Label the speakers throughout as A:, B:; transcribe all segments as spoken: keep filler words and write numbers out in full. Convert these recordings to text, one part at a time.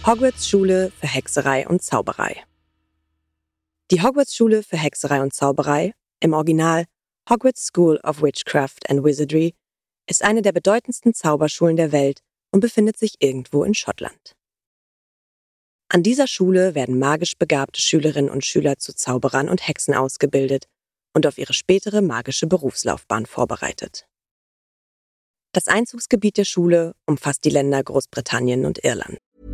A: Hogwarts-Schule für Hexerei und Zauberei. Die Hogwarts-Schule für Hexerei und Zauberei, im Original Hogwarts School of Witchcraft and Wizardry, ist eine der bedeutendsten Zauberschulen der Welt und befindet sich irgendwo in Schottland. An dieser Schule werden magisch begabte Schülerinnen und Schüler zu Zauberern und Hexen ausgebildet und auf ihre spätere magische Berufslaufbahn vorbereitet. Das Einzugsgebiet der Schule umfasst die Länder Großbritannien und Irland.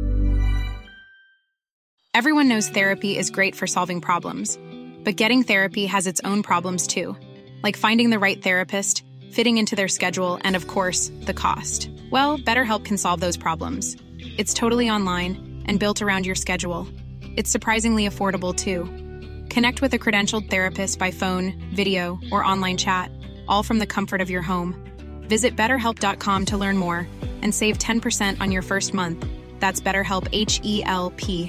B: Everyone knows therapy is great for solving problems, but getting therapy has its own problems too, like finding the right therapist, fitting into their schedule, and of course, the cost. Well, BetterHelp can solve those problems. It's totally online and built around your schedule. It's surprisingly affordable too. Connect with a credentialed therapist by phone, video, or online chat, all from the comfort of your home. Visit better help dot com to learn more and save ten percent on your first month. That's BetterHelp, H E L P.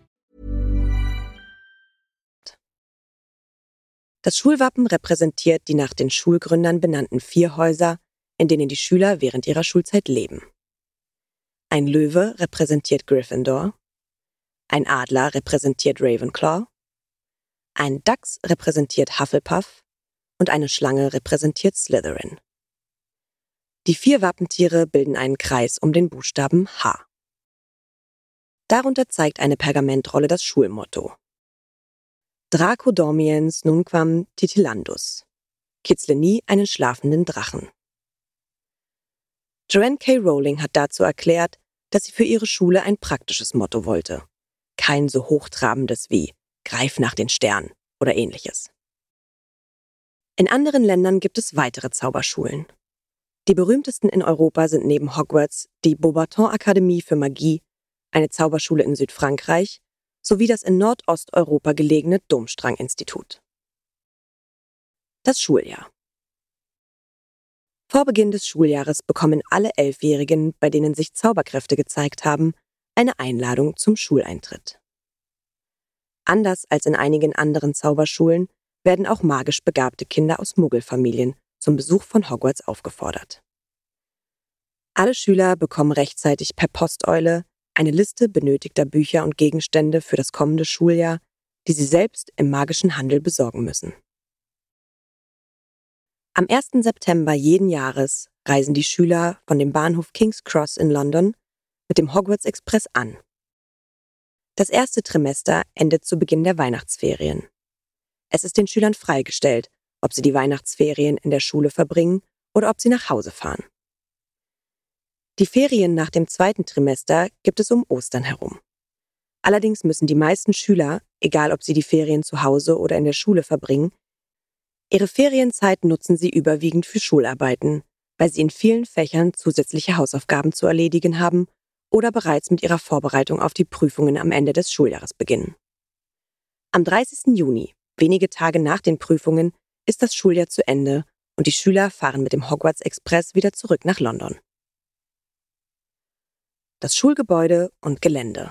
A: Das Schulwappen repräsentiert die nach den Schulgründern benannten vier Häuser, in denen die Schüler während ihrer Schulzeit leben. Ein Löwe repräsentiert Gryffindor, ein Adler repräsentiert Ravenclaw, ein Dachs repräsentiert Hufflepuff und eine Schlange repräsentiert Slytherin. Die vier Wappentiere bilden einen Kreis um den Buchstaben H. Darunter zeigt eine Pergamentrolle das Schulmotto: Draco dormiens nunquam titilandus. Kitzle nie einen schlafenden Drachen. Joanne K. Rowling hat dazu erklärt, dass sie für ihre Schule ein praktisches Motto wollte. Kein so hochtrabendes wie Greif nach den Sternen oder ähnliches. In anderen Ländern gibt es weitere Zauberschulen. Die berühmtesten in Europa sind neben Hogwarts die Beauxbatons-Akademie für Magie, eine Zauberschule in Südfrankreich, sowie das in Nordosteuropa gelegene Domstrang-Institut. Das Schuljahr. Vor Beginn des Schuljahres bekommen alle Elfjährigen, bei denen sich Zauberkräfte gezeigt haben, eine Einladung zum Schuleintritt. Anders als in einigen anderen Zauberschulen werden auch magisch begabte Kinder aus Muggelfamilien zum Besuch von Hogwarts aufgefordert. Alle Schüler bekommen rechtzeitig per Posteule eine Liste benötigter Bücher und Gegenstände für das kommende Schuljahr, die sie selbst im magischen Handel besorgen müssen. Am ersten September jeden Jahres reisen die Schüler von dem Bahnhof King's Cross in London mit dem Hogwarts Express an. Das erste Trimester endet zu Beginn der Weihnachtsferien. Es ist den Schülern freigestellt, ob sie die Weihnachtsferien in der Schule verbringen oder ob sie nach Hause fahren. Die Ferien nach dem zweiten Trimester gibt es um Ostern herum. Allerdings müssen die meisten Schüler, egal ob sie die Ferien zu Hause oder in der Schule verbringen, ihre Ferienzeit nutzen sie überwiegend für Schularbeiten, weil sie in vielen Fächern zusätzliche Hausaufgaben zu erledigen haben oder bereits mit ihrer Vorbereitung auf die Prüfungen am Ende des Schuljahres beginnen. Am dreißigsten Juni, wenige Tage nach den Prüfungen, ist das Schuljahr zu Ende und die Schüler fahren mit dem Hogwarts Express wieder zurück nach London. Das Schulgebäude und Gelände.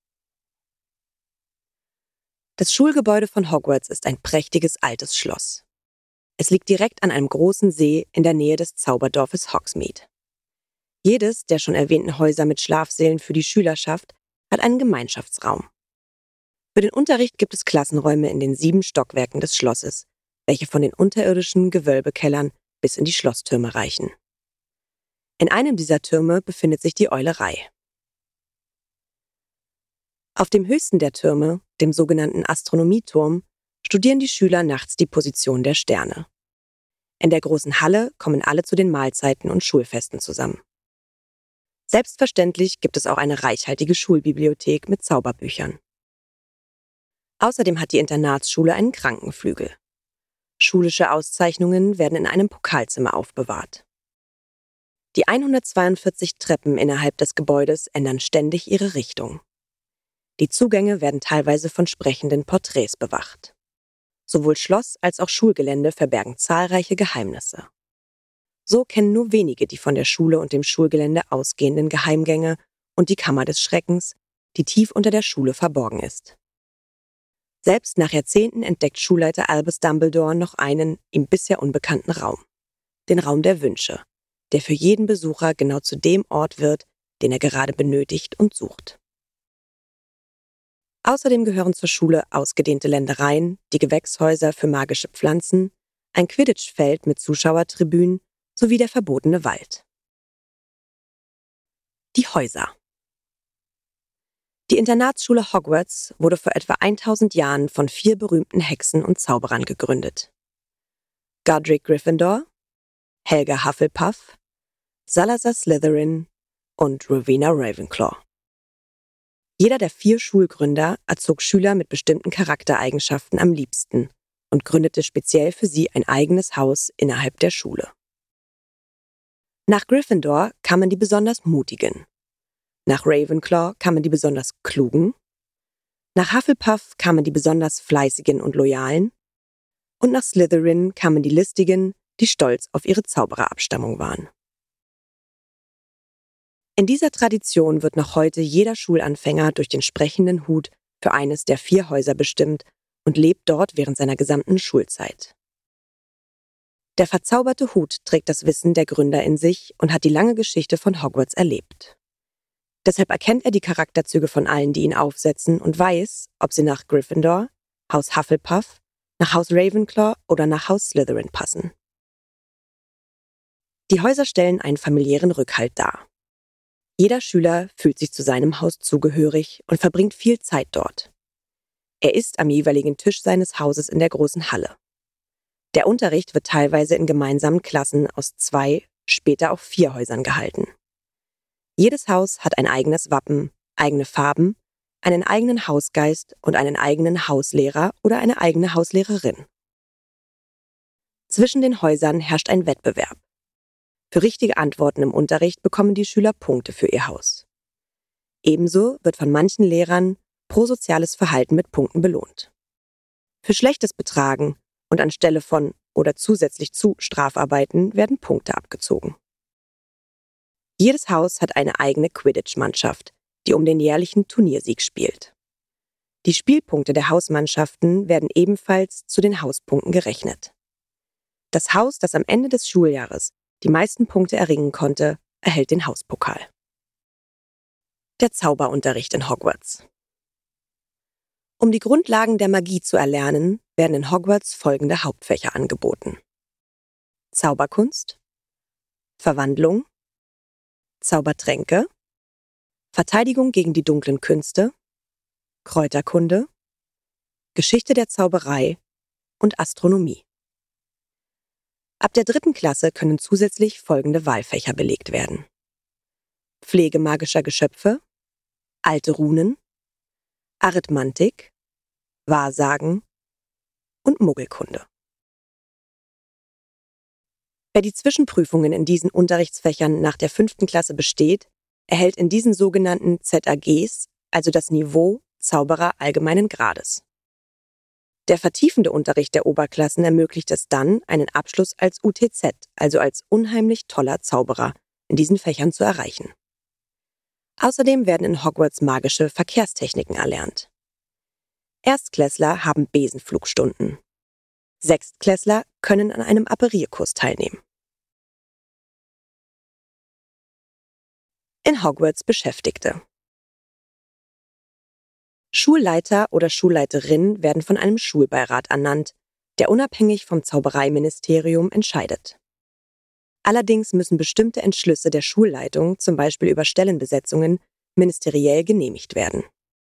A: Das Schulgebäude von Hogwarts ist ein prächtiges altes Schloss. Es liegt direkt an einem großen See in der Nähe des Zauberdorfes Hogsmeade. Jedes der schon erwähnten Häuser mit Schlafsälen für die Schülerschaft hat einen Gemeinschaftsraum. Für den Unterricht gibt es Klassenräume in den sieben Stockwerken des Schlosses, welche von den unterirdischen Gewölbekellern bis in die Schlosstürme reichen. In einem dieser Türme befindet sich die Eulerei. Auf dem höchsten der Türme, dem sogenannten Astronomieturm, studieren die Schüler nachts die Position der Sterne. In der großen Halle kommen alle zu den Mahlzeiten und Schulfesten zusammen. Selbstverständlich gibt es auch eine reichhaltige Schulbibliothek mit Zauberbüchern. Außerdem hat die Internatsschule einen Krankenflügel. Schulische Auszeichnungen werden in einem Pokalzimmer aufbewahrt. Die hundertzweiundvierzig Treppen innerhalb des Gebäudes ändern ständig ihre Richtung. Die Zugänge werden teilweise von sprechenden Porträts bewacht. Sowohl Schloss als auch Schulgelände verbergen zahlreiche Geheimnisse. So kennen nur wenige die von der Schule und dem Schulgelände ausgehenden Geheimgänge und die Kammer des Schreckens, die tief unter der Schule verborgen ist. Selbst nach Jahrzehnten entdeckt Schulleiter Albus Dumbledore noch einen ihm bisher unbekannten Raum. Den Raum der Wünsche, der für jeden Besucher genau zu dem Ort wird, den er gerade benötigt und sucht. Außerdem gehören zur Schule ausgedehnte Ländereien, die Gewächshäuser für magische Pflanzen, ein Quidditch-Feld mit Zuschauertribünen sowie der verbotene Wald. Die Häuser. Die Internatsschule Hogwarts wurde vor etwa tausend Jahren von vier berühmten Hexen und Zauberern gegründet: Godric Gryffindor, Helga Hufflepuff, Salazar Slytherin und Rowena Ravenclaw. Jeder der vier Schulgründer erzog Schüler mit bestimmten Charaktereigenschaften am liebsten und gründete speziell für sie ein eigenes Haus innerhalb der Schule. Nach Gryffindor kamen die besonders Mutigen. Nach Ravenclaw kamen die besonders Klugen. Nach Hufflepuff kamen die besonders Fleißigen und Loyalen. Und nach Slytherin kamen die Listigen, die stolz auf ihre Zaubererabstammung waren. In dieser Tradition wird noch heute jeder Schulanfänger durch den sprechenden Hut für eines der vier Häuser bestimmt und lebt dort während seiner gesamten Schulzeit. Der verzauberte Hut trägt das Wissen der Gründer in sich und hat die lange Geschichte von Hogwarts erlebt. Deshalb erkennt er die Charakterzüge von allen, die ihn aufsetzen, und weiß, ob sie nach Gryffindor, Haus Hufflepuff, nach Haus Ravenclaw oder nach Haus Slytherin passen. Die Häuser stellen einen familiären Rückhalt dar. Jeder Schüler fühlt sich zu seinem Haus zugehörig und verbringt viel Zeit dort. Er isst am jeweiligen Tisch seines Hauses in der großen Halle. Der Unterricht wird teilweise in gemeinsamen Klassen aus zwei, später auch vier Häusern gehalten. Jedes Haus hat ein eigenes Wappen, eigene Farben, einen eigenen Hausgeist und einen eigenen Hauslehrer oder eine eigene Hauslehrerin. Zwischen den Häusern herrscht ein Wettbewerb. Für richtige Antworten im Unterricht bekommen die Schüler Punkte für ihr Haus. Ebenso wird von manchen Lehrern prosoziales Verhalten mit Punkten belohnt. Für schlechtes Betragen und anstelle von oder zusätzlich zu Strafarbeiten werden Punkte abgezogen. Jedes Haus hat eine eigene Quidditch-Mannschaft, die um den jährlichen Turniersieg spielt. Die Spielpunkte der Hausmannschaften werden ebenfalls zu den Hauspunkten gerechnet. Das Haus, das am Ende des Schuljahres die meisten Punkte erringen konnte, erhält den Hauspokal. Der Zauberunterricht in Hogwarts. Um die Grundlagen der Magie zu erlernen, werden in Hogwarts folgende Hauptfächer angeboten: Zauberkunst, Verwandlung, Zaubertränke, Verteidigung gegen die dunklen Künste, Kräuterkunde, Geschichte der Zauberei und Astronomie. Ab der dritten Klasse können zusätzlich folgende Wahlfächer belegt werden: Pflege magischer Geschöpfe, alte Runen, Arithmantik, Wahrsagen und Muggelkunde. Wer die Zwischenprüfungen in diesen Unterrichtsfächern nach der fünften Klasse besteht, erhält in diesen sogenannten Z A Gs, also das Niveau Zauberer allgemeinen Grades. Der vertiefende Unterricht der Oberklassen ermöglicht es dann, einen Abschluss als U T Z, also als unheimlich toller Zauberer, in diesen Fächern zu erreichen. Außerdem werden in Hogwarts magische Verkehrstechniken erlernt. Erstklässler haben Besenflugstunden. Sechstklässler können an einem Apparierkurs teilnehmen. In Hogwarts Beschäftigte. Schulleiter oder Schulleiterin werden von einem Schulbeirat ernannt, der unabhängig vom Zaubereiministerium entscheidet. Allerdings müssen bestimmte Entschlüsse der Schulleitung, zum Beispiel über Stellenbesetzungen, ministeriell genehmigt werden.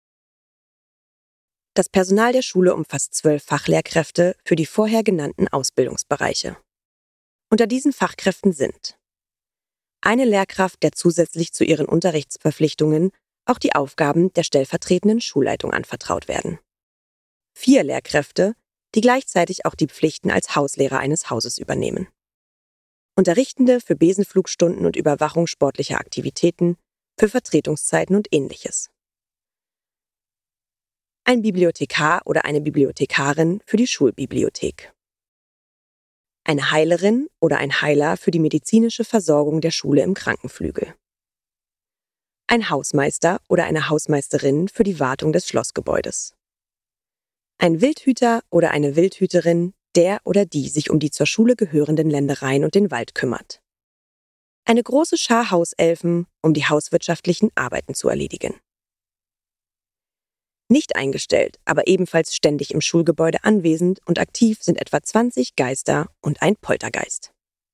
A: Das Personal der Schule umfasst zwölf Fachlehrkräfte für die vorher genannten Ausbildungsbereiche. Unter diesen Fachkräften sind eine Lehrkraft, der zusätzlich zu ihren Unterrichtsverpflichtungen auch die Aufgaben der stellvertretenden Schulleitung anvertraut werden. Vier Lehrkräfte, die gleichzeitig auch die Pflichten als Hauslehrer eines Hauses übernehmen. Unterrichtende für Besenflugstunden und Überwachung sportlicher Aktivitäten, für Vertretungszeiten und Ähnliches. Ein Bibliothekar oder eine Bibliothekarin für die Schulbibliothek. Eine Heilerin oder ein Heiler für die medizinische Versorgung der Schule im Krankenflügel. Ein Hausmeister oder eine Hausmeisterin für die Wartung des Schlossgebäudes. Ein Wildhüter oder eine Wildhüterin, der oder die sich um die zur Schule gehörenden Ländereien und den Wald kümmert. Eine große Schar Hauselfen, um die hauswirtschaftlichen Arbeiten zu erledigen. Nicht eingestellt, aber ebenfalls ständig im Schulgebäude anwesend und aktiv sind etwa zwanzig Geister und ein Poltergeist.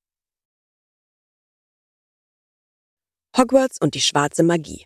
A: Hogwarts und die schwarze Magie.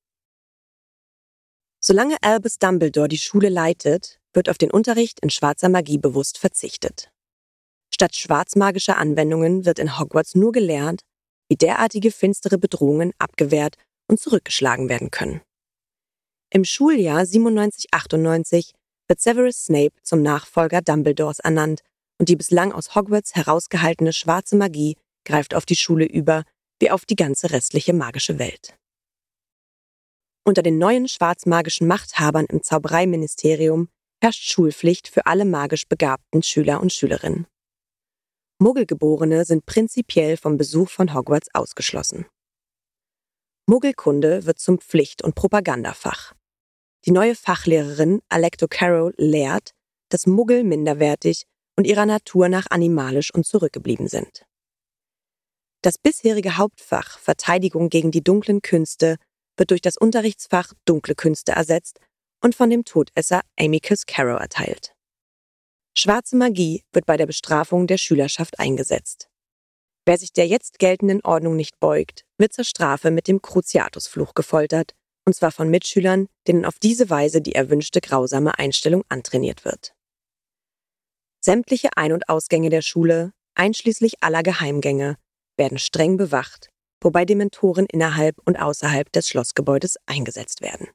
A: Solange Albus Dumbledore die Schule leitet, wird auf den Unterricht in schwarzer Magie bewusst verzichtet. Statt schwarzmagischer Anwendungen wird in Hogwarts nur gelernt, wie derartige finstere Bedrohungen abgewehrt und zurückgeschlagen werden können. Im Schuljahr siebenundneunzig achtundneunzig wird Severus Snape zum Nachfolger Dumbledores ernannt und die bislang aus Hogwarts herausgehaltene schwarze Magie greift auf die Schule über, wie auf die ganze restliche magische Welt. Unter den neuen schwarzmagischen Machthabern im Zaubereiministerium herrscht Schulpflicht für alle magisch begabten Schüler und Schülerinnen. Muggelgeborene sind prinzipiell vom Besuch von Hogwarts ausgeschlossen. Muggelkunde wird zum Pflicht- und Propagandafach. Die neue Fachlehrerin Alecto Carroll lehrt, dass Muggel minderwertig und ihrer Natur nach animalisch und zurückgeblieben sind. Das bisherige Hauptfach Verteidigung gegen die dunklen Künste wird durch das Unterrichtsfach Dunkle Künste ersetzt und von dem Todesser Amicus Carrow erteilt. Schwarze Magie wird bei der Bestrafung der Schülerschaft eingesetzt. Wer sich der jetzt geltenden Ordnung nicht beugt, wird zur Strafe mit dem Cruciatusfluch gefoltert, und zwar von Mitschülern, denen auf diese Weise die erwünschte grausame Einstellung antrainiert wird. Sämtliche Ein- und Ausgänge der Schule, einschließlich aller Geheimgänge, werden streng bewacht, wobei Dementoren innerhalb und außerhalb des Schlossgebäudes eingesetzt werden.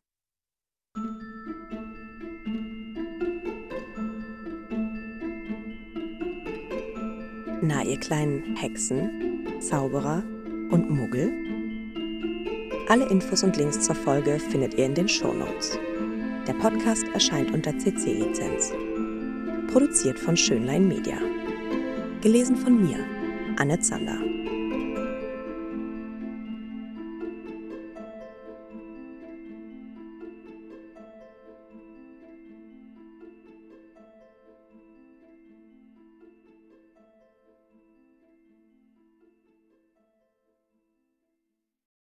A: Na, ihr kleinen Hexen, Zauberer und Muggel? Alle Infos und Links zur Folge findet ihr in den Shownotes. Der Podcast erscheint unter C C-Lizenz. Produziert von Schönlein Media. Gelesen von mir, Anne Zander.